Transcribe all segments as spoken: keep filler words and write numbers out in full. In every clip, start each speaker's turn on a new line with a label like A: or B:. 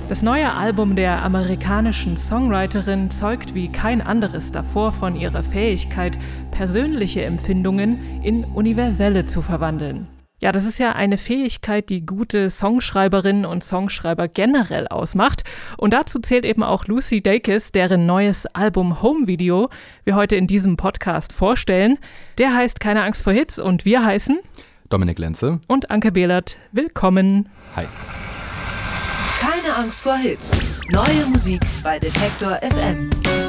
A: Das neue Album der amerikanischen Songwriterin zeugt wie kein anderes davor von ihrer Fähigkeit, persönliche Empfindungen in universelle zu verwandeln. Ja, das ist ja eine Fähigkeit, die gute Songschreiberinnen und Songschreiber generell ausmacht. Und dazu zählt eben auch Lucy Dacus, deren neues Album Home Video wir heute in diesem Podcast vorstellen. Der heißt Keine Angst vor Hits und wir heißen
B: Dominik Lenze
A: und Anke Behlert. Willkommen.
B: Hi.
C: Keine Angst vor Hits. Neue Musik bei Detektor F M.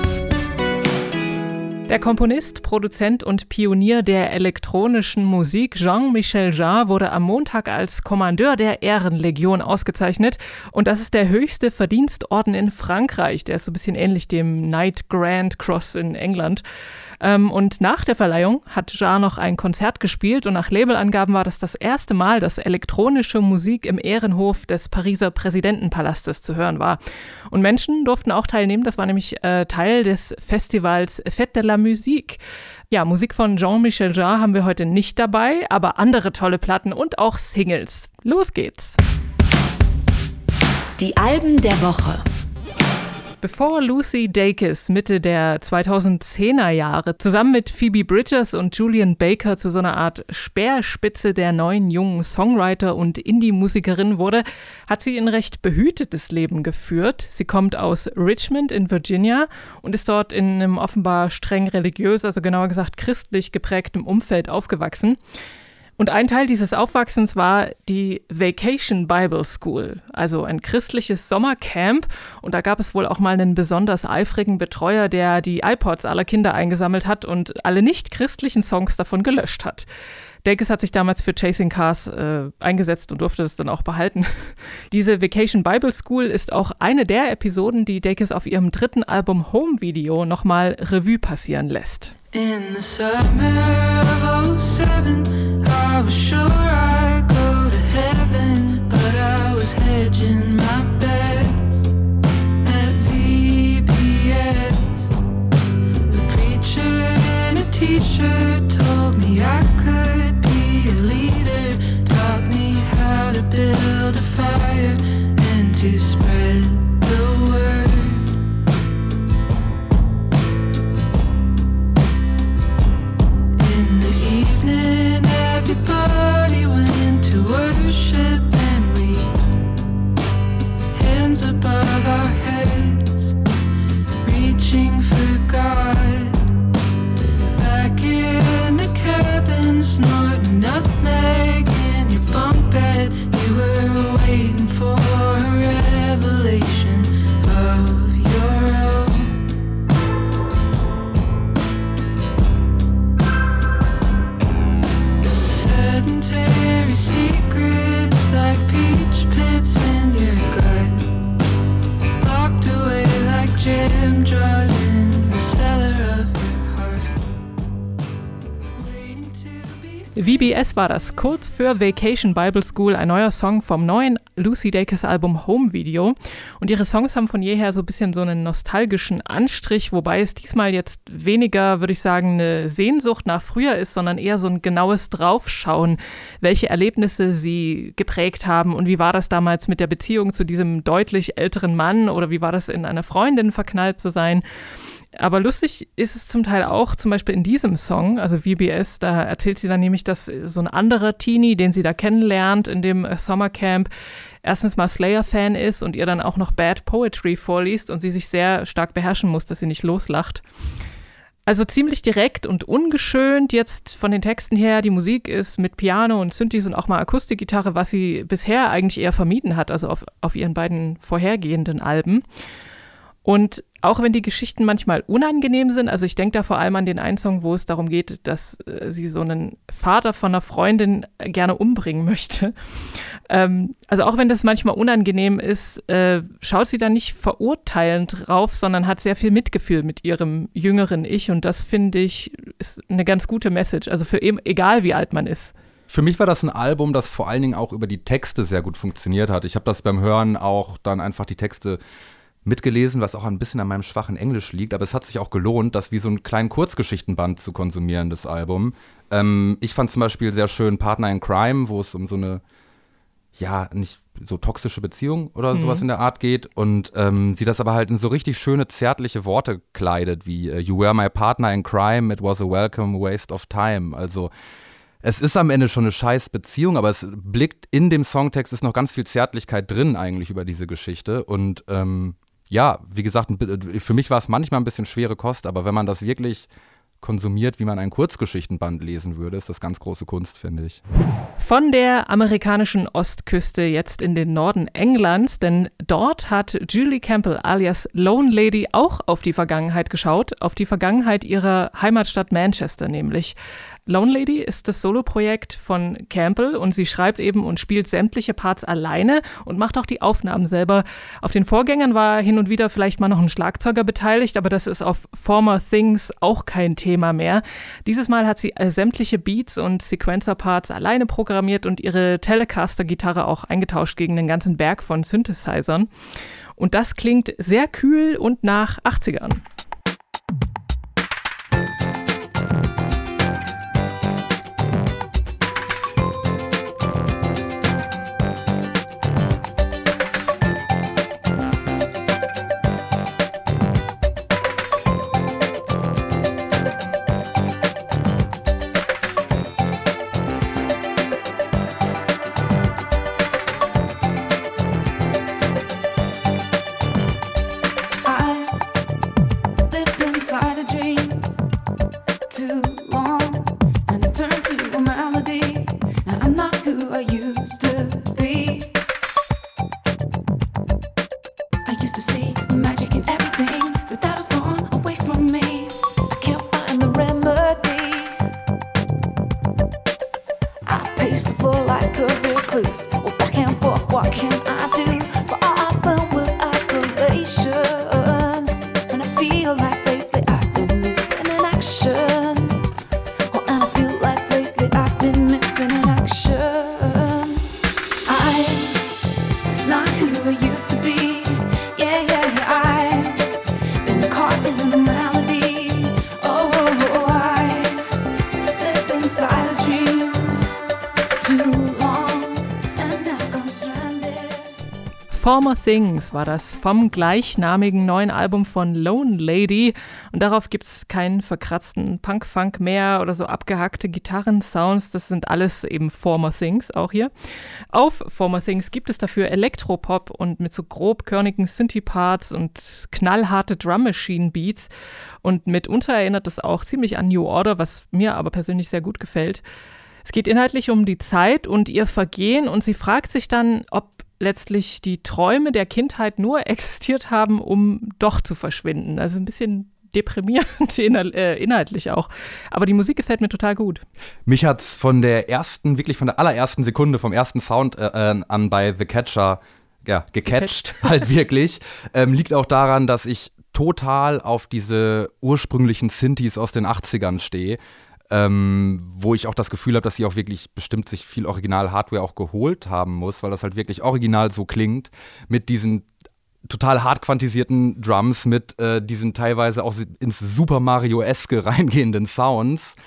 A: Der Komponist, Produzent und Pionier der elektronischen Musik Jean-Michel Jarre wurde am Montag als Kommandeur der Ehrenlegion ausgezeichnet. Und das ist der höchste Verdienstorden in Frankreich. Der ist so ein bisschen ähnlich dem Knight Grand Cross in England. Und nach der Verleihung hat Jarre noch ein Konzert gespielt und nach Labelangaben war das das erste Mal, dass elektronische Musik im Ehrenhof des Pariser Präsidentenpalastes zu hören war. Und Menschen durften auch teilnehmen, das war nämlich äh, Teil des Festivals Fête de la Musique. Ja, Musik von Jean-Michel Jarre haben wir heute nicht dabei, aber andere tolle Platten und auch Singles. Los geht's!
C: Die Alben der Woche.
A: Bevor Lucy Dacus Mitte der zweitausendzehner Jahre zusammen mit Phoebe Bridgers und Julian Baker zu so einer Art Speerspitze der neuen jungen Songwriter und Indie-Musikerin wurde, hat sie ein recht behütetes Leben geführt. Sie kommt aus Richmond in Virginia und ist dort in einem offenbar streng religiös, also genauer gesagt christlich geprägtem Umfeld aufgewachsen. Und ein Teil dieses Aufwachsens war die Vacation Bible School, also ein christliches Sommercamp. Und da gab es wohl auch mal einen besonders eifrigen Betreuer, der die iPods aller Kinder eingesammelt hat und alle nicht christlichen Songs davon gelöscht hat. Dacus hat sich damals für Chasing Cars äh, eingesetzt und durfte das dann auch behalten. Diese Vacation Bible School ist auch eine der Episoden, die Dacus auf ihrem dritten Album Home Video nochmal Revue passieren lässt.
D: In the summer of oh seven, I was sure I'd go to heaven, but I was hedging my bets at V B S. A preacher in a t-shirt told me I could be a leader, taught me how to build a fire and to spread the word. Everybody went to worship and we hands above our heads, reaching for God. Back in the cabin, snorting nutmeg in your bunk bed, you were waiting for a revelation of your own. Sedentary secrets like peach pits in your gut, locked away like jam jars in the cellar of your heart. Waiting to be
A: V B S war das, kurz für Vacation Bible School, ein neuer Song vom neuen Lucy Dacus Album Home Video. Und ihre Songs haben von jeher so ein bisschen so einen nostalgischen Anstrich, wobei es diesmal jetzt weniger, würde ich sagen, eine Sehnsucht nach früher ist, sondern eher so ein genaues Draufschauen, welche Erlebnisse sie geprägt haben und wie war das damals mit der Beziehung zu diesem deutlich älteren Mann oder wie war das in einer Freundin verknallt zu sein. Aber lustig ist es zum Teil auch, zum Beispiel in diesem Song, also V B S, da erzählt sie dann nämlich, dass so ein anderer Teenie, den sie da kennenlernt in dem Sommercamp, erstens mal Slayer-Fan ist und ihr dann auch noch Bad Poetry vorliest und sie sich sehr stark beherrschen muss, dass sie nicht loslacht. Also ziemlich direkt und ungeschönt jetzt von den Texten her. Die Musik ist mit Piano und Synthes und auch mal Akustikgitarre, was sie bisher eigentlich eher vermieden hat, also auf, auf ihren beiden vorhergehenden Alben. Und auch wenn die Geschichten manchmal unangenehm sind, also ich denke da vor allem an den einen Song, wo es darum geht, dass äh, sie so einen Vater von einer Freundin gerne umbringen möchte. Ähm, also auch wenn das manchmal unangenehm ist, äh, schaut sie da nicht verurteilend drauf, sondern hat sehr viel Mitgefühl mit ihrem jüngeren Ich und das finde ich ist eine ganz gute Message, also für eben, egal wie alt man ist.
B: Für mich war das ein Album, das vor allen Dingen auch über die Texte sehr gut funktioniert hat. Ich habe das beim Hören auch dann einfach die Texte mitgelesen, was auch ein bisschen an meinem schwachen Englisch liegt, aber es hat sich auch gelohnt, das wie so einen kleinen Kurzgeschichtenband zu konsumieren, das Album. Ähm, ich fand zum Beispiel sehr schön Partner in Crime, wo es um so eine ja, nicht so toxische Beziehung oder
A: mhm.
B: sowas in der Art geht und ähm, sie das aber halt in so richtig schöne, zärtliche Worte kleidet, wie uh, You were my partner in crime, it was a welcome waste of time. Also es ist am Ende schon eine scheiß Beziehung, aber es blickt in dem Songtext, ist noch ganz viel Zärtlichkeit drin eigentlich über diese Geschichte und ähm, ja, wie gesagt, für mich war es manchmal ein bisschen schwere Kost, aber wenn man das wirklich konsumiert, wie man ein Kurzgeschichtenband lesen würde, ist das ganz große Kunst, finde ich.
A: Von der amerikanischen Ostküste jetzt in den Norden Englands, denn dort hat Julie Campbell alias Lone Lady auch auf die Vergangenheit geschaut, auf die Vergangenheit ihrer Heimatstadt Manchester nämlich. Lone Lady ist das Soloprojekt von Campbell und sie schreibt eben und spielt sämtliche Parts alleine und macht auch die Aufnahmen selber. Auf den Vorgängern war hin und wieder vielleicht mal noch ein Schlagzeuger beteiligt, aber das ist auf Former Things auch kein Thema mehr. Dieses Mal hat sie sämtliche Beats und Sequencer-Parts alleine programmiert und ihre Telecaster-Gitarre auch eingetauscht gegen einen ganzen Berg von Synthesizern. Und das klingt sehr kühl und nach achtzigern. Former Things war das vom gleichnamigen neuen Album von Lone Lady und darauf gibt es keinen verkratzten Punk-Funk mehr oder so abgehackte Gitarrensounds, das sind alles eben Former Things auch hier. Auf Former Things gibt es dafür Elektropop und mit so grobkörnigen Synthie-Parts und knallharte Drum-Machine-Beats und mitunter erinnert es auch ziemlich an New Order, was mir aber persönlich sehr gut gefällt. Es geht inhaltlich um die Zeit und ihr Vergehen und sie fragt sich dann, ob letztlich die Träume der Kindheit nur existiert haben, um doch zu verschwinden. Also ein bisschen deprimierend inhaltlich auch. Aber die Musik gefällt mir total gut.
B: Mich hat's von der ersten, wirklich von der allerersten Sekunde, vom ersten Sound äh, an bei The Catcher ja, gecatcht, halt wirklich. Ähm, liegt auch daran, dass ich total auf diese ursprünglichen Synthes aus den achtzigern stehe. Ähm, wo ich auch das Gefühl habe, dass sie auch wirklich bestimmt sich viel Original-Hardware auch geholt haben muss, weil das halt wirklich original so klingt, mit diesen total hart quantisierten Drums, mit äh, diesen teilweise auch ins Super Mario-eske reingehenden Sounds.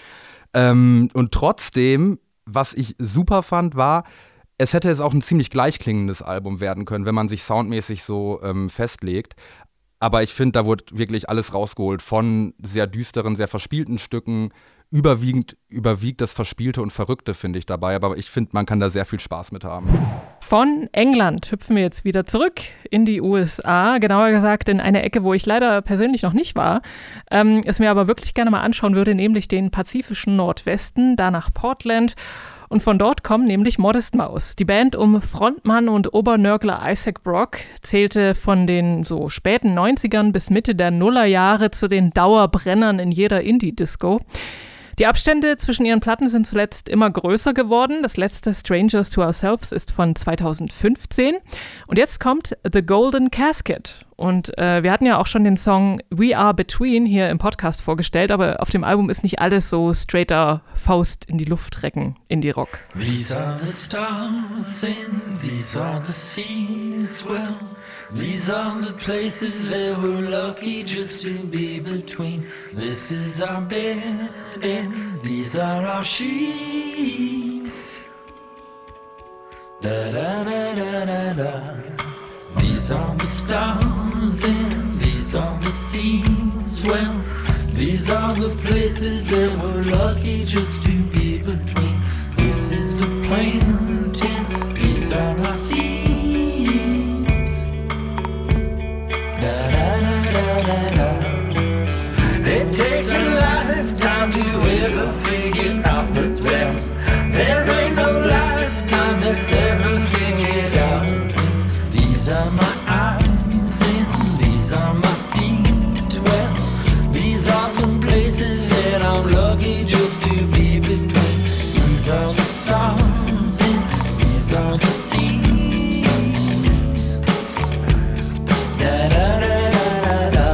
B: Ähm, und trotzdem, was ich super fand, war, es hätte jetzt auch ein ziemlich gleichklingendes Album werden können, wenn man sich soundmäßig so ähm, festlegt. Aber ich finde, da wurde wirklich alles rausgeholt, von sehr düsteren, sehr verspielten Stücken. Überwiegend überwiegt das Verspielte und Verrückte, finde ich dabei. Aber ich finde, man kann da sehr viel Spaß mit haben.
A: Von England hüpfen wir jetzt wieder zurück in die U S A. Genauer gesagt in eine Ecke, wo ich leider persönlich noch nicht war. Ähm, es mir aber wirklich gerne mal anschauen würde, nämlich den pazifischen Nordwesten, da nach Portland. Und von dort kommen nämlich Modest Mouse. Die Band um Frontmann und Obernörgler Isaac Brock zählte von den so späten neunzigern bis Mitte der Nullerjahre zu den Dauerbrennern in jeder Indie-Disco. Die Abstände zwischen ihren Platten sind zuletzt immer größer geworden. Das letzte Strangers to Ourselves ist von zweitausendfünfzehn. Und jetzt kommt The Golden Casket. Und äh, wir hatten ja auch schon den Song We Are Between hier im Podcast vorgestellt, aber auf dem Album ist nicht alles so straighter Faust in die Luft recken, Indie-Rock.
E: These are the stars and these are the seas, well, these are the places that we're lucky just to be between. This is our bed and these are our sheets. Da da da da da da. These are the stars and these are the seas. Well, these are the places that we're lucky just to be between. This is the planting, these are our seeds. Da da da da da da. It takes a lifetime to ever figure out the best. There ain't no lifetime that's ever figured out. These are my eyes and these are my feet. Well, these are some places that I'm lucky just to be between. These are the stars and these are the seas. Da da da da da da.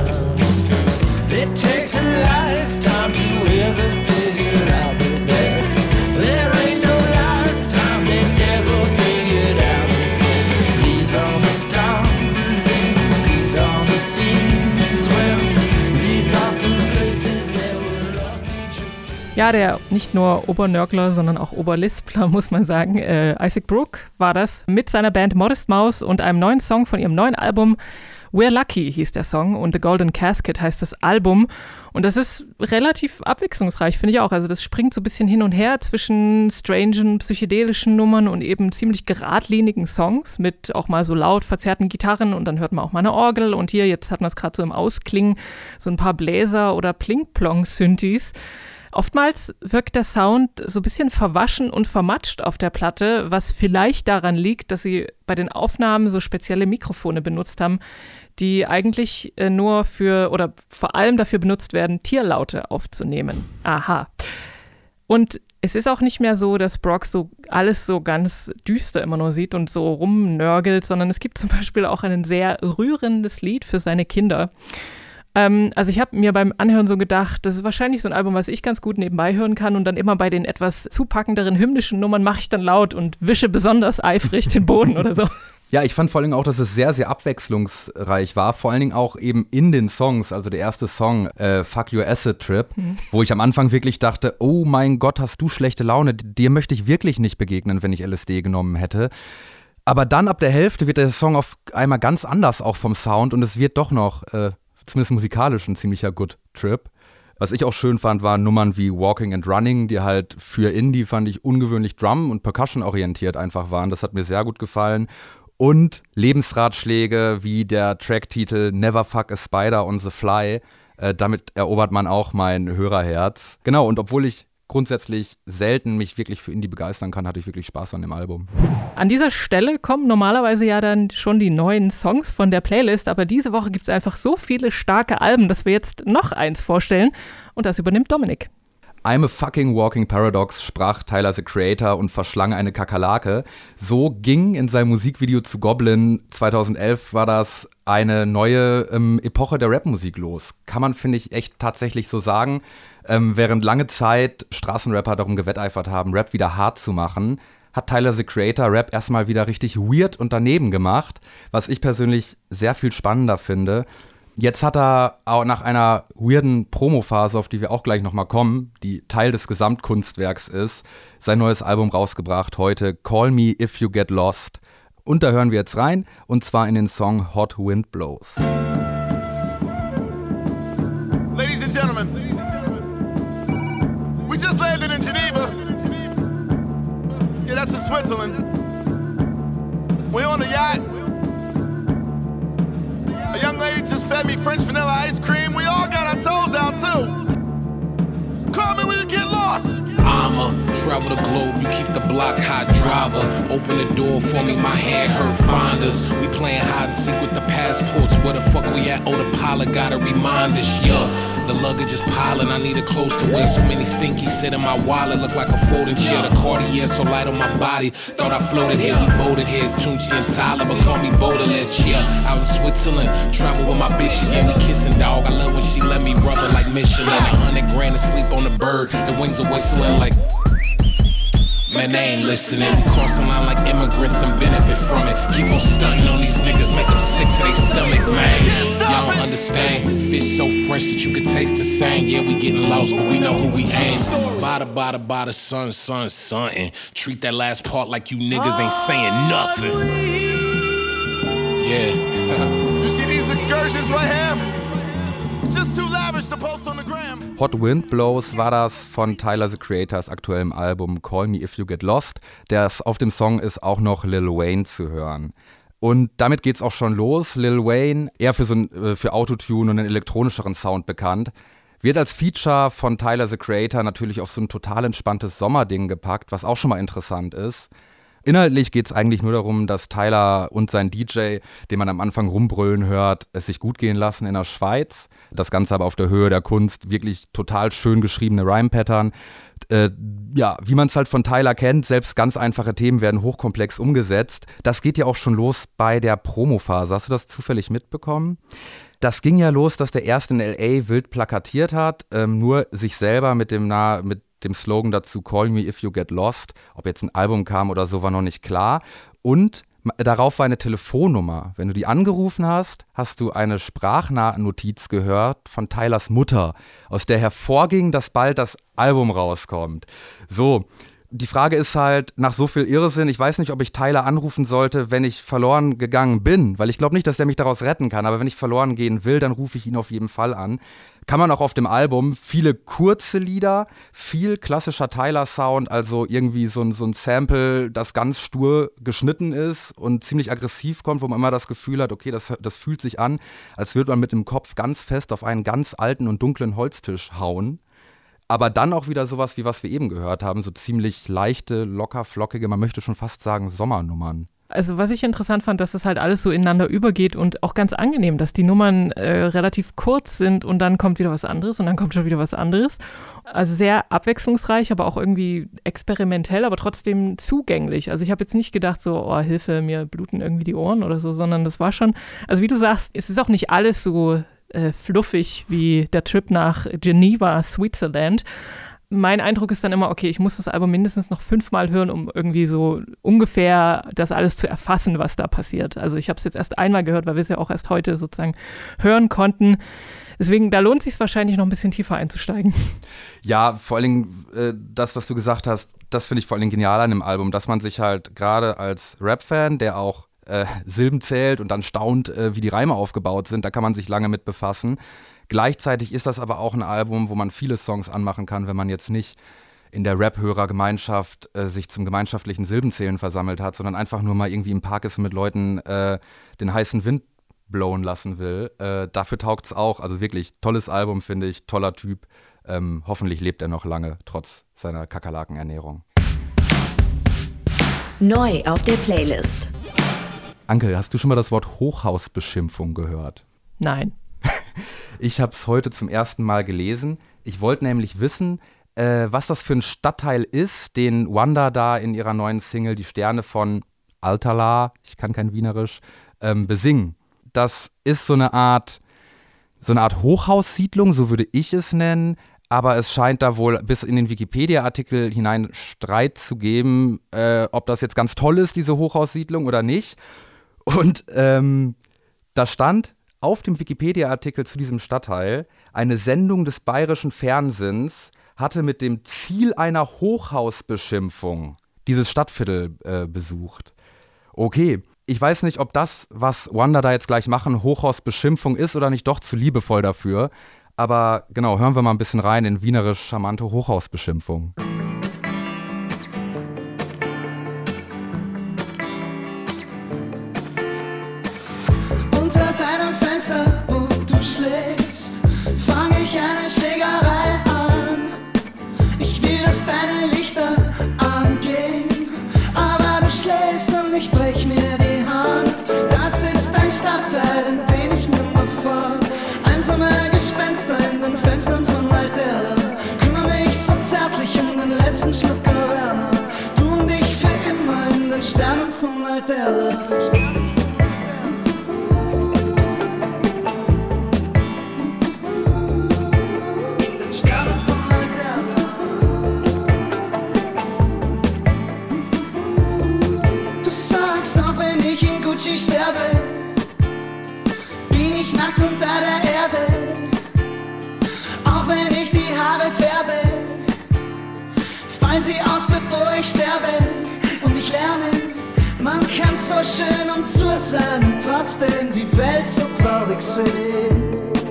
E: It takes a lifetime to ever figure out the there. There ain't no lifetime that's ever figured out. These are the stars and these are the seas. Well, these are some places that we're lucky just to.
A: Ja, der nicht nur Obernörgler, sondern auch Oberlispler, muss man sagen. Äh, Isaac Brooke war das mit seiner Band Modest Mouse und einem neuen Song von ihrem neuen Album. We're Lucky hieß der Song und The Golden Casket heißt das Album. Und das ist relativ abwechslungsreich, finde ich auch. Also das springt so ein bisschen hin und her zwischen strangen, psychedelischen Nummern und eben ziemlich geradlinigen Songs mit auch mal so laut verzerrten Gitarren und dann hört man auch mal eine Orgel. Und hier, jetzt hat man es gerade so im Ausklingen, so ein paar Bläser oder Pling-Plong-Synthes. Oftmals wirkt der Sound so ein bisschen verwaschen und vermatscht auf der Platte, was vielleicht daran liegt, dass sie bei den Aufnahmen so spezielle Mikrofone benutzt haben, die eigentlich äh, nur für oder vor allem dafür benutzt werden, Tierlaute aufzunehmen. Aha. Und es ist auch nicht mehr so, dass Brock so alles so ganz düster immer nur sieht und so rumnörgelt, sondern es gibt zum Beispiel auch ein sehr rührendes Lied für seine Kinder. Ähm, also ich habe mir beim Anhören so gedacht, das ist wahrscheinlich so ein Album, was ich ganz gut nebenbei hören kann und dann immer bei den etwas zupackenderen hymnischen Nummern mache ich dann laut und wische besonders eifrig den Boden oder so.
B: Ja, ich fand vor allen Dingen auch, dass es sehr, sehr abwechslungsreich war. Vor allen Dingen auch eben in den Songs. Also der erste Song, äh, Fuck Your Acid Trip, mhm. wo ich am Anfang wirklich dachte, oh mein Gott, hast du schlechte Laune. Dir möchte ich wirklich nicht begegnen, wenn ich L S D genommen hätte. Aber dann ab der Hälfte wird der Song auf einmal ganz anders auch vom Sound und es wird doch noch, äh, zumindest musikalisch, ein ziemlicher Good Trip. Was ich auch schön fand, waren Nummern wie Walking and Running, die halt für Indie, fand ich, ungewöhnlich Drum- und Percussion-orientiert einfach waren. Das hat mir sehr gut gefallen. Und Lebensratschläge wie der Tracktitel Never Fuck a Spider on the Fly. Äh, damit erobert man auch mein Hörerherz. Genau, und obwohl ich grundsätzlich selten mich wirklich für Indie begeistern kann, hatte ich wirklich Spaß an dem Album.
A: An dieser Stelle kommen normalerweise ja dann schon die neuen Songs von der Playlist, aber diese Woche gibt es einfach so viele starke Alben, dass wir jetzt noch eins vorstellen und das übernimmt Dominik.
B: I'm a fucking walking paradox, sprach Tyler, the Creator und verschlang eine Kakerlake. So ging in seinem Musikvideo zu Goblin zweitausendelf war das eine neue ähm, Epoche der Rapmusik los. Kann man, finde ich, echt tatsächlich so sagen. Ähm, während lange Zeit Straßenrapper darum gewetteifert haben, Rap wieder hart zu machen, hat Tyler, the Creator, Rap erstmal wieder richtig weird und daneben gemacht, was ich persönlich sehr viel spannender finde. Jetzt hat er auch nach einer weirden Promophase, auf die wir auch gleich nochmal kommen, die Teil des Gesamtkunstwerks ist, sein neues Album rausgebracht heute, Call Me If You Get Lost. Und da hören wir jetzt rein, und zwar in den Song Hot Wind Blows.
F: Ladies and gentlemen, we just landed in Geneva. Yeah, that's in Switzerland. We're on the yacht. A young lady just fed me French vanilla ice cream. We all got our toes out too. Call me when you get lost.
G: I'ma travel the globe, you keep the block hot, driver. Open the door for me, my hand hurt, find us. We playing hide and seek with the passports. Where the fuck we at? Oh, the pilot gotta remind us, yeah. The luggage is piling, I need a clothes to wear. So many stinkies sit in my wallet, look like a folding chair. The Cartier so light on my body, thought I floated here. We boated here, it's Tunchi and Tyler, but call me Baudelaire, yeah. Out in Switzerland, travel with my bitch, she gave me kissing, dog. I love when she let me rub her like Michelin. A hundred grand to sleep on the bird, the wings are whistling like... Man, they ain't listening. We cross the line like immigrants and benefit from it. Keep on stunting on these niggas, make them sick to their stomach, man. Y'all don't understand. Fish so fresh that you can taste the same. Yeah, we getting lost, but we know who we aim. Bada, bada, bada, son, son, son. And treat that last part like you niggas ain't saying nothing. Yeah.
F: You see these excursions right here? Just too lavish to post on the gram.
B: Hot Wind Blows war das von Tyler, the Creators aktuellem Album Call Me If You Get Lost. Das auf dem Song ist auch noch Lil Wayne zu hören. Und damit geht's auch schon los. Lil Wayne, eher für, so ein, für Autotune und einen elektronischeren Sound bekannt, wird als Feature von Tyler, the Creator natürlich auf so ein total entspanntes Sommerding gepackt, was auch schon mal interessant ist. Inhaltlich geht es eigentlich nur darum, dass Tyler und sein D J, den man am Anfang rumbrüllen hört, es sich gut gehen lassen in der Schweiz. Das Ganze aber auf der Höhe der Kunst, wirklich total schön geschriebene Rhyme-Pattern. Äh, ja, wie man es halt von Tyler kennt, selbst ganz einfache Themen werden hochkomplex umgesetzt. Das geht ja auch schon los bei der Promophase. Hast du das zufällig mitbekommen? Das ging ja los, dass der erst in L A wild plakatiert hat, ähm, nur sich selber mit dem, Na- mit dem Slogan dazu Call Me If You Get Lost. Ob jetzt ein Album kam oder so, war noch nicht klar. Und darauf war eine Telefonnummer. Wenn du die angerufen hast, hast du eine Sprachnotiz gehört von Tylers Mutter, aus der hervorging, dass bald das Album rauskommt. So, die Frage ist halt, nach so viel Irrsinn, ich weiß nicht, ob ich Tyler anrufen sollte, wenn ich verloren gegangen bin, weil ich glaube nicht, dass der mich daraus retten kann, aber wenn ich verloren gehen will, dann rufe ich ihn auf jeden Fall an. Kann man auch auf dem Album, viele kurze Lieder, viel klassischer Tyler-Sound, also irgendwie so ein, so ein Sample, das ganz stur geschnitten ist und ziemlich aggressiv kommt, wo man immer das Gefühl hat, okay, das, das fühlt sich an, als würde man mit dem Kopf ganz fest auf einen ganz alten und dunklen Holztisch hauen. Aber dann auch wieder sowas, wie was wir eben gehört haben, so ziemlich leichte, locker, flockige, man möchte schon fast sagen Sommernummern.
A: Also was ich interessant fand, dass das halt alles so ineinander übergeht und auch ganz angenehm, dass die Nummern äh, relativ kurz sind und dann kommt wieder was anderes und dann kommt schon wieder was anderes. Also sehr abwechslungsreich, aber auch irgendwie experimentell, aber trotzdem zugänglich. Also ich habe jetzt nicht gedacht so, oh Hilfe, mir bluten irgendwie die Ohren oder so, sondern das war schon, also wie du sagst, es ist auch nicht alles so äh, fluffig wie der Trip nach Geneva, Switzerland. Mein Eindruck ist dann immer, okay, ich muss das Album mindestens noch fünfmal hören, um irgendwie so ungefähr das alles zu erfassen, was da passiert. Also ich habe es jetzt erst einmal gehört, weil wir es ja auch erst heute sozusagen hören konnten. Deswegen, da lohnt es sich wahrscheinlich noch ein bisschen tiefer einzusteigen.
B: Ja, vor allen Dingen äh, das, was du gesagt hast, das finde ich vor allen Dingen genial an dem Album, dass man sich halt gerade als Rap-Fan, der auch äh, Silben zählt und dann staunt, äh, wie die Reime aufgebaut sind, da kann man sich lange mit befassen. Gleichzeitig ist das aber auch ein Album, wo man viele Songs anmachen kann, wenn man jetzt nicht in der Rap-Hörer-Gemeinschaft äh, sich zum gemeinschaftlichen Silbenzählen versammelt hat, sondern einfach nur mal irgendwie im Park ist und mit Leuten äh, den heißen Wind blown lassen will. Äh, dafür taugt es auch. Also wirklich tolles Album, finde ich, toller Typ. Ähm, hoffentlich lebt er noch lange, trotz seiner Kakerlakenernährung.
H: Neu auf der Playlist.
B: Anke, hast du schon mal das Wort Hochhausbeschimpfung gehört?
A: Nein.
B: Ich habe es heute zum ersten Mal gelesen. Ich wollte nämlich wissen, äh, was das für ein Stadtteil ist, den Wanda da in ihrer neuen Single Die Sterne von Altala, ich kann kein Wienerisch, ähm, besingen. Das ist so eine Art, so eine Art Hochhaussiedlung, so würde ich es nennen. Aber es scheint da wohl bis in den Wikipedia-Artikel hinein Streit zu geben, äh, ob das jetzt ganz toll ist, diese Hochhaussiedlung oder nicht. Und ähm, da stand auf dem Wikipedia-Artikel zu diesem Stadtteil, eine Sendung des bayerischen Fernsehens hatte mit dem Ziel einer Hochhausbeschimpfung dieses Stadtviertel äh, besucht. Okay, ich weiß nicht, ob das, was Wanda da jetzt gleich machen, Hochhausbeschimpfung ist oder nicht doch zu liebevoll dafür. Aber genau, hören wir mal ein bisschen rein in wienerisch charmante Hochhausbeschimpfung.
I: Unter deinem Fenster, wo du schläfst, fang ich eine Schlägerei an. Ich will, dass deine Lichter angehen, aber du schläfst und ich brech mir die Hand. Das ist ein Stadtteil, in den ich nimmer fahr. Einsame Gespenster in den Fenstern von Alterna. Kümmere mich so zärtlich um den letzten Schluck Werner. Du und ich für immer in den Sternen von Alterna. sterbe, bin ich nackt unter der Erde. Auch wenn ich die Haare färbe, fallen sie aus, bevor ich sterbe. Und ich lerne, man kann so schön und zu sein und trotzdem die Welt so traurig sehen.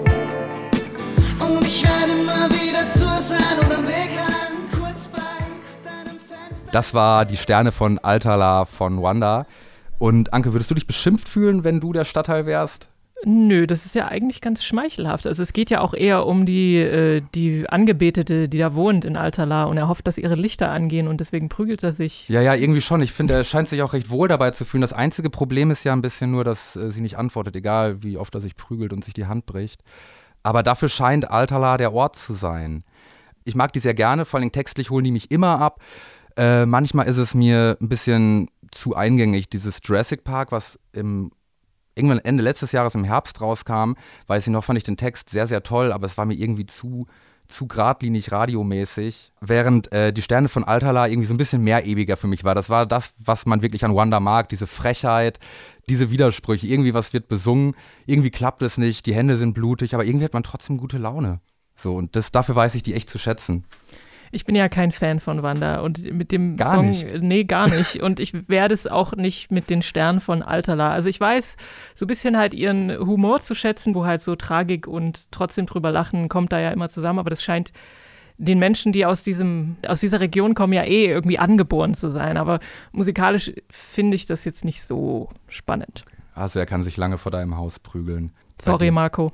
I: Und ich werde immer wieder zu sein und am Weg halten, kurz bei deinem Fenster.
B: Das war Die Sterne von Altala von Wanda. Und Anke, würdest du dich beschimpft fühlen, wenn du der Stadtteil wärst?
A: Nö, das ist ja eigentlich ganz schmeichelhaft. Also es geht ja auch eher um die, äh, die Angebetete, die da wohnt in Altala und er hofft, dass ihre Lichter angehen und deswegen prügelt er sich.
B: Ja, ja, irgendwie schon. Ich finde, er scheint sich auch recht wohl dabei zu fühlen. Das einzige Problem ist ja ein bisschen nur, dass äh, sie nicht antwortet, egal wie oft er sich prügelt und sich die Hand bricht. Aber dafür scheint Altala der Ort zu sein. Ich mag die sehr gerne, vor allem textlich holen die mich immer ab. Äh, manchmal ist es mir ein bisschen zu eingängig, dieses Jurassic Park, was im irgendwann Ende letztes Jahres im Herbst rauskam, weiß ich noch, fand ich den Text sehr, sehr toll, aber es war mir irgendwie zu, zu geradlinig radiomäßig, während äh, Die Sterne von Altala irgendwie so ein bisschen mehrebiger für mich war. Das war das, was man wirklich an Wanda mag, diese Frechheit, diese Widersprüche, irgendwie was wird besungen, irgendwie klappt es nicht, die Hände sind blutig, aber irgendwie hat man trotzdem gute Laune. So, und das, dafür weiß ich die echt zu schätzen.
A: Ich bin ja kein Fan von Wanda und mit dem
B: gar
A: Song,
B: nicht.
A: nee, gar nicht. Und ich werde es auch nicht mit den Sternen von Altala. Also ich weiß so ein bisschen halt ihren Humor zu schätzen, wo halt so Tragik und trotzdem drüber lachen, kommt da ja immer zusammen. Aber das scheint den Menschen, die aus diesem, aus dieser Region kommen, ja eh irgendwie angeboren zu sein. Aber musikalisch finde ich das jetzt nicht so spannend.
B: Also er kann sich lange vor deinem Haus prügeln.
A: Sorry, Marco.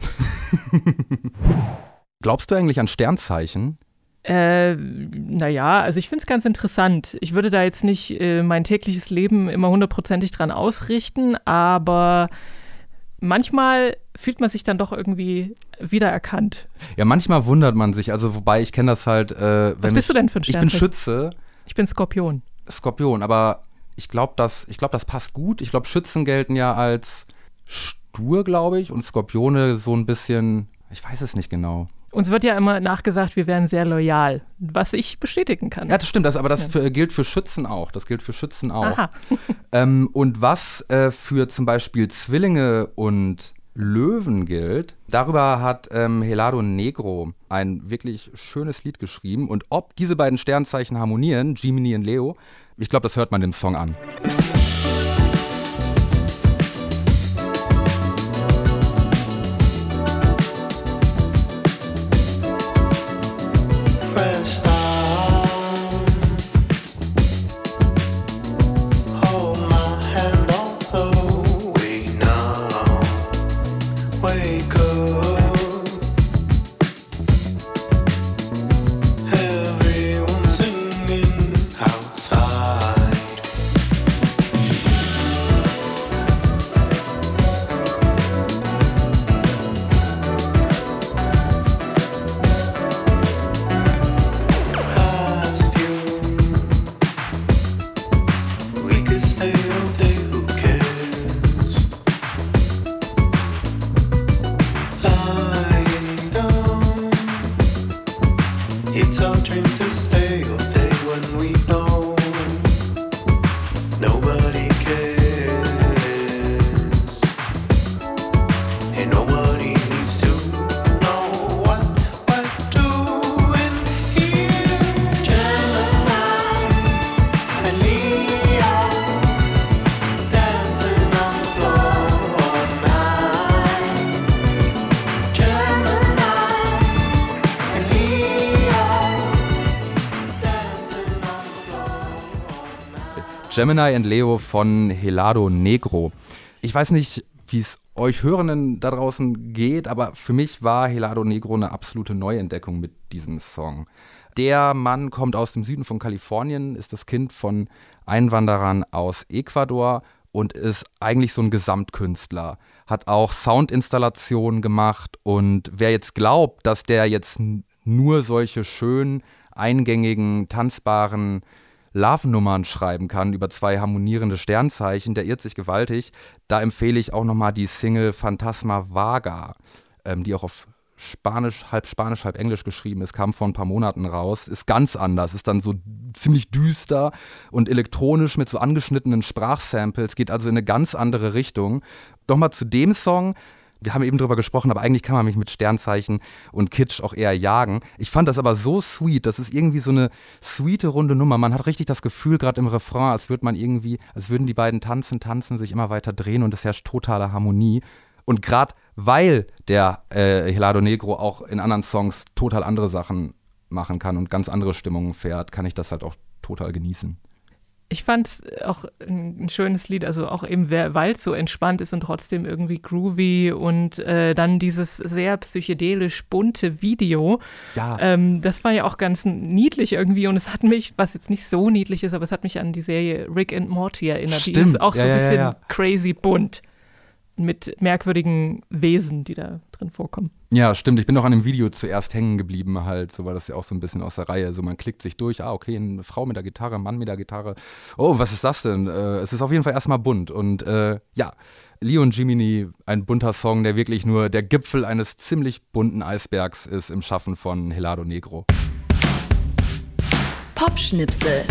B: Glaubst du eigentlich an Sternzeichen?
A: Äh, naja, also ich finde es ganz interessant. Ich würde da jetzt nicht äh, mein tägliches Leben immer hundertprozentig dran ausrichten, aber manchmal fühlt man sich dann doch irgendwie wiedererkannt.
B: Ja, manchmal wundert man sich, also wobei ich kenne das halt. Äh, wenn
A: Was bist
B: ich,
A: du denn für ein
B: Ich bin
A: Sternzeichen?
B: Schütze.
A: Ich bin Skorpion.
B: Skorpion, aber ich glaube, das, ich glaub, das passt gut. Ich glaube, Schützen gelten ja als stur, glaube ich, und Skorpione so ein bisschen, ich weiß es nicht genau.
A: Uns wird ja immer nachgesagt, wir wären sehr loyal, was ich bestätigen kann.
B: Ja, das stimmt, das, aber das
A: Ja.
B: für, gilt für Schützen auch. Das gilt für Schützen auch.
A: Aha.
B: ähm, und was äh, für zum Beispiel Zwillinge und Löwen gilt, darüber hat ähm, Helado Negro ein wirklich schönes Lied geschrieben. Und ob diese beiden Sternzeichen harmonieren, Gemini und Leo, ich glaube, das hört man dem Song an. Gemini and Leo von Helado Negro. Ich weiß nicht, wie es euch Hörenden da draußen geht, aber für mich war Helado Negro eine absolute Neuentdeckung mit diesem Song. Der Mann kommt aus dem Süden von Kalifornien, ist das Kind von Einwanderern aus Ecuador und ist eigentlich so ein Gesamtkünstler. Hat auch Soundinstallationen gemacht und wer jetzt glaubt, dass der jetzt nur solche schön eingängigen, tanzbaren Love-Nummern schreiben kann über zwei harmonierende Sternzeichen, der irrt sich gewaltig. Da empfehle ich auch nochmal die Single Phantasma Vaga, ähm, die auch auf Spanisch, halb Spanisch, halb Englisch geschrieben ist, kam vor ein paar Monaten raus, ist ganz anders, ist dann so ziemlich düster und elektronisch mit so angeschnittenen Sprachsamples, geht also in eine ganz andere Richtung. Nochmal zu dem Song. Wir haben eben drüber gesprochen, aber eigentlich kann man mich mit Sternzeichen und Kitsch auch eher jagen. Ich fand das aber so sweet, das ist irgendwie so eine sweete, runde Nummer. Man hat richtig das Gefühl, gerade im Refrain, als würde man irgendwie, als würden die beiden tanzen, tanzen, sich immer weiter drehen und es herrscht totale Harmonie. Und gerade weil der äh, Helado Negro auch in anderen Songs total andere Sachen machen kann und ganz andere Stimmungen fährt, kann ich das halt auch total genießen.
A: Ich fand es auch ein schönes Lied, also auch eben, weil es so entspannt ist und trotzdem irgendwie groovy und äh, dann dieses sehr psychedelisch bunte Video.
B: Ja.
A: Ähm, das war ja auch ganz niedlich irgendwie und es hat mich, was jetzt nicht so niedlich ist, aber es hat mich an die Serie Rick and Morty erinnert.
B: Stimmt.
A: Die ist auch so
B: ja,
A: ein bisschen
B: ja, ja.
A: crazy bunt mit merkwürdigen Wesen, die da drin vorkommen.
B: Ja, stimmt. Ich bin auch an dem Video zuerst hängen geblieben halt, so war das ja auch so ein bisschen aus der Reihe. So man klickt sich durch, ah okay, eine Frau mit der Gitarre, ein Mann mit der Gitarre. Oh, was ist das denn? Äh, es ist auf jeden Fall erstmal bunt und äh, ja, Leon Jiminy, ein bunter Song, der wirklich nur der Gipfel eines ziemlich bunten Eisbergs ist im Schaffen von Helado Negro.
H: Popschnipsel.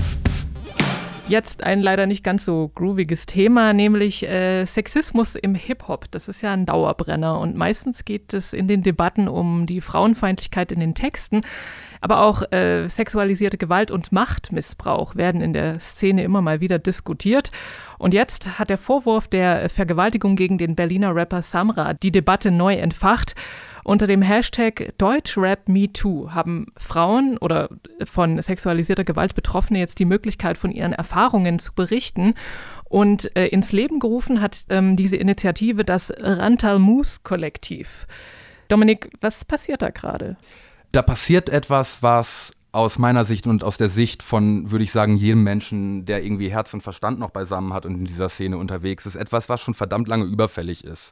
A: Jetzt ein leider nicht ganz so grooviges Thema, nämlich äh, Sexismus im Hip-Hop. Das ist ja ein Dauerbrenner und meistens geht es in den Debatten um die Frauenfeindlichkeit in den Texten, aber auch äh, sexualisierte Gewalt und Machtmissbrauch werden in der Szene immer mal wieder diskutiert. Und jetzt hat der Vorwurf der Vergewaltigung gegen den Berliner Rapper Samra die Debatte neu entfacht. Unter dem Hashtag DeutschRapMeToo haben Frauen oder von sexualisierter Gewalt Betroffene jetzt die Möglichkeit, von ihren Erfahrungen zu berichten. Und äh, ins Leben gerufen hat ähm, diese Initiative das Rantalmus-Kollektiv. Dominik, was passiert da gerade?
B: Da passiert etwas, was aus meiner Sicht und aus der Sicht von, würde ich sagen, jedem Menschen, der irgendwie Herz und Verstand noch beisammen hat und in dieser Szene unterwegs ist, etwas, was schon verdammt lange überfällig ist.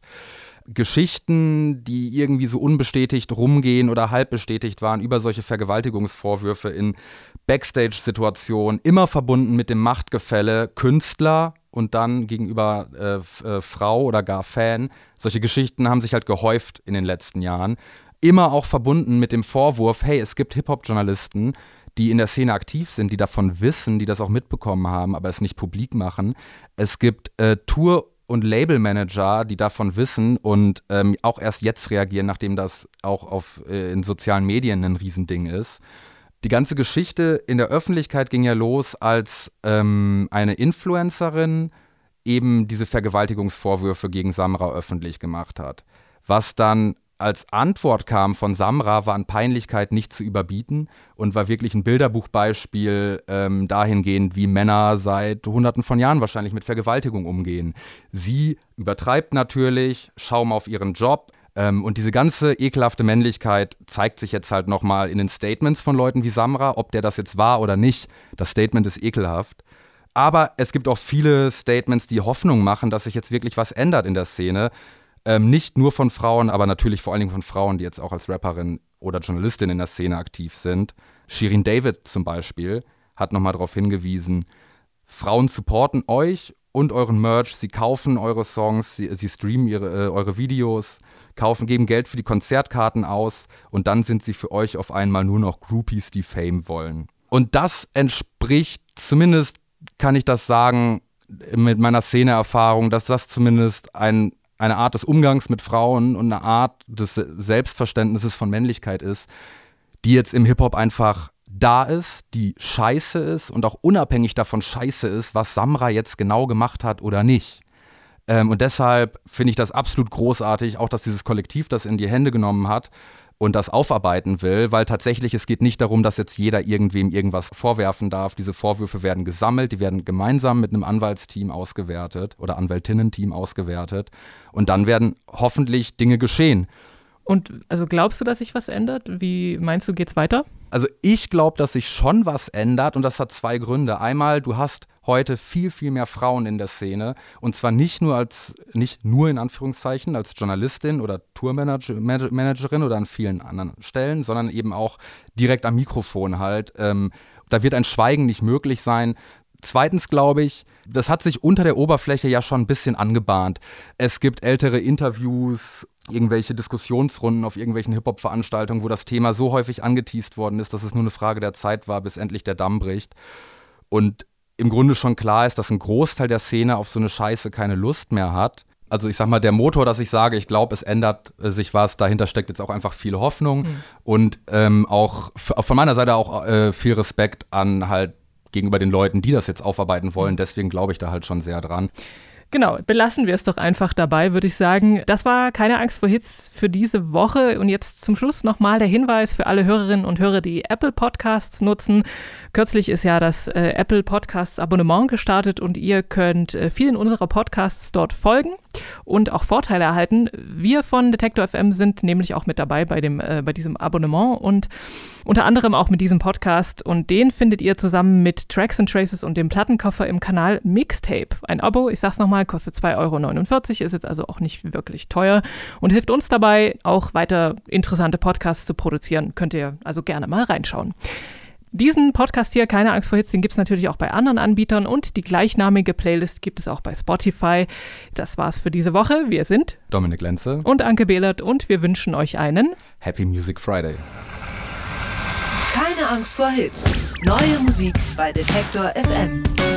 B: Geschichten, die irgendwie so unbestätigt rumgehen oder halb bestätigt waren über solche Vergewaltigungsvorwürfe in Backstage-Situationen, immer verbunden mit dem Machtgefälle Künstler und dann gegenüber äh, f- äh, Frau oder gar Fan. Solche Geschichten haben sich halt gehäuft in den letzten Jahren. Immer auch verbunden mit dem Vorwurf, hey, es gibt Hip-Hop-Journalisten, die in der Szene aktiv sind, die davon wissen, die das auch mitbekommen haben, aber es nicht publik machen. Es gibt äh, Tour- und Labelmanager, die davon wissen und ähm, auch erst jetzt reagieren, nachdem das auch auf, äh, in sozialen Medien ein Riesending ist. Die ganze Geschichte in der Öffentlichkeit ging ja los, als ähm, eine Influencerin eben diese Vergewaltigungsvorwürfe gegen Samra öffentlich gemacht hat. Was dann als Antwort kam von Samra, war an Peinlichkeit nicht zu überbieten und war wirklich ein Bilderbuchbeispiel ähm, dahingehend, wie Männer seit Hunderten von Jahren wahrscheinlich mit Vergewaltigung umgehen. Sie übertreibt natürlich, Schaum auf ihren Job ähm, und diese ganze ekelhafte Männlichkeit zeigt sich jetzt halt nochmal in den Statements von Leuten wie Samra, ob der das jetzt war oder nicht. Das Statement ist ekelhaft. Aber es gibt auch viele Statements, die Hoffnung machen, dass sich jetzt wirklich was ändert in der Szene. Ähm, nicht nur von Frauen, aber natürlich vor allen Dingen von Frauen, die jetzt auch als Rapperin oder Journalistin in der Szene aktiv sind. Shirin David zum Beispiel hat nochmal darauf hingewiesen, Frauen supporten euch und euren Merch, sie kaufen eure Songs, sie, sie streamen ihre, äh, eure Videos, kaufen, geben Geld für die Konzertkarten aus und dann sind sie für euch auf einmal nur noch Groupies, die Fame wollen. Und das entspricht, zumindest kann ich das sagen, mit meiner Szeneerfahrung, dass das zumindest ein eine Art des Umgangs mit Frauen und eine Art des Selbstverständnisses von Männlichkeit ist, die jetzt im Hip-Hop einfach da ist, die scheiße ist und auch unabhängig davon scheiße ist, was Samra jetzt genau gemacht hat oder nicht. Ähm, und deshalb finde ich das absolut großartig, auch dass dieses Kollektiv das in die Hände genommen hat und das aufarbeiten will, weil tatsächlich es geht nicht darum, dass jetzt jeder irgendwem irgendwas vorwerfen darf. Diese Vorwürfe werden gesammelt, die werden gemeinsam mit einem Anwaltsteam ausgewertet oder Anwältinnen-Team ausgewertet und dann werden hoffentlich Dinge geschehen.
A: Und also glaubst du, dass sich was ändert? Wie meinst du, geht's weiter?
B: Also ich glaube, dass sich schon was ändert und das hat zwei Gründe. Einmal, du hast heute viel, viel mehr Frauen in der Szene und zwar nicht nur als, nicht nur in Anführungszeichen als Journalistin oder Tourmanagerin oder an vielen anderen Stellen, sondern eben auch direkt am Mikrofon halt. Ähm, da wird ein Schweigen nicht möglich sein. Zweitens glaube ich, das hat sich unter der Oberfläche ja schon ein bisschen angebahnt. Es gibt ältere Interviews irgendwelche Diskussionsrunden auf irgendwelchen Hip-Hop-Veranstaltungen, wo das Thema so häufig angeteast worden ist, dass es nur eine Frage der Zeit war, bis endlich der Damm bricht. Und im Grunde schon klar ist, dass ein Großteil der Szene auf so eine Scheiße keine Lust mehr hat. Also ich sag mal, der Motor, dass ich sage, ich glaube, es ändert sich was, dahinter steckt jetzt auch einfach viel Hoffnung mhm. und ähm, auch f- von meiner Seite auch äh, viel Respekt an halt gegenüber den Leuten, die das jetzt aufarbeiten wollen. Deswegen glaube ich da halt schon sehr dran.
A: Genau, belassen wir es doch einfach dabei, würde ich sagen. Das war keine Angst vor Hits für diese Woche. Und jetzt zum Schluss nochmal der Hinweis für alle Hörerinnen und Hörer, die Apple Podcasts nutzen. Kürzlich ist ja das äh, Apple Podcasts Abonnement gestartet und ihr könnt äh, vielen unserer Podcasts dort folgen und auch Vorteile erhalten. Wir von Detektor F M sind nämlich auch mit dabei bei, dem, äh, bei diesem Abonnement und unter anderem auch mit diesem Podcast. Und den findet ihr zusammen mit Tracks and Traces und dem Plattenkoffer im Kanal Mixtape. Ein Abo, ich sag's nochmal, kostet zwei Euro neunundvierzig, ist jetzt also auch nicht wirklich teuer und hilft uns dabei, auch weiter interessante Podcasts zu produzieren. Könnt ihr also gerne mal reinschauen. Diesen Podcast hier, keine Angst vor Hits, den gibt es natürlich auch bei anderen Anbietern und die gleichnamige Playlist gibt es auch bei Spotify. Das war's für diese Woche. Wir sind
B: Dominik Lenze
A: und Anke Behlert und wir wünschen euch einen
B: Happy Music Friday.
C: Keine Angst vor Hits. Neue Musik bei Detektor F M.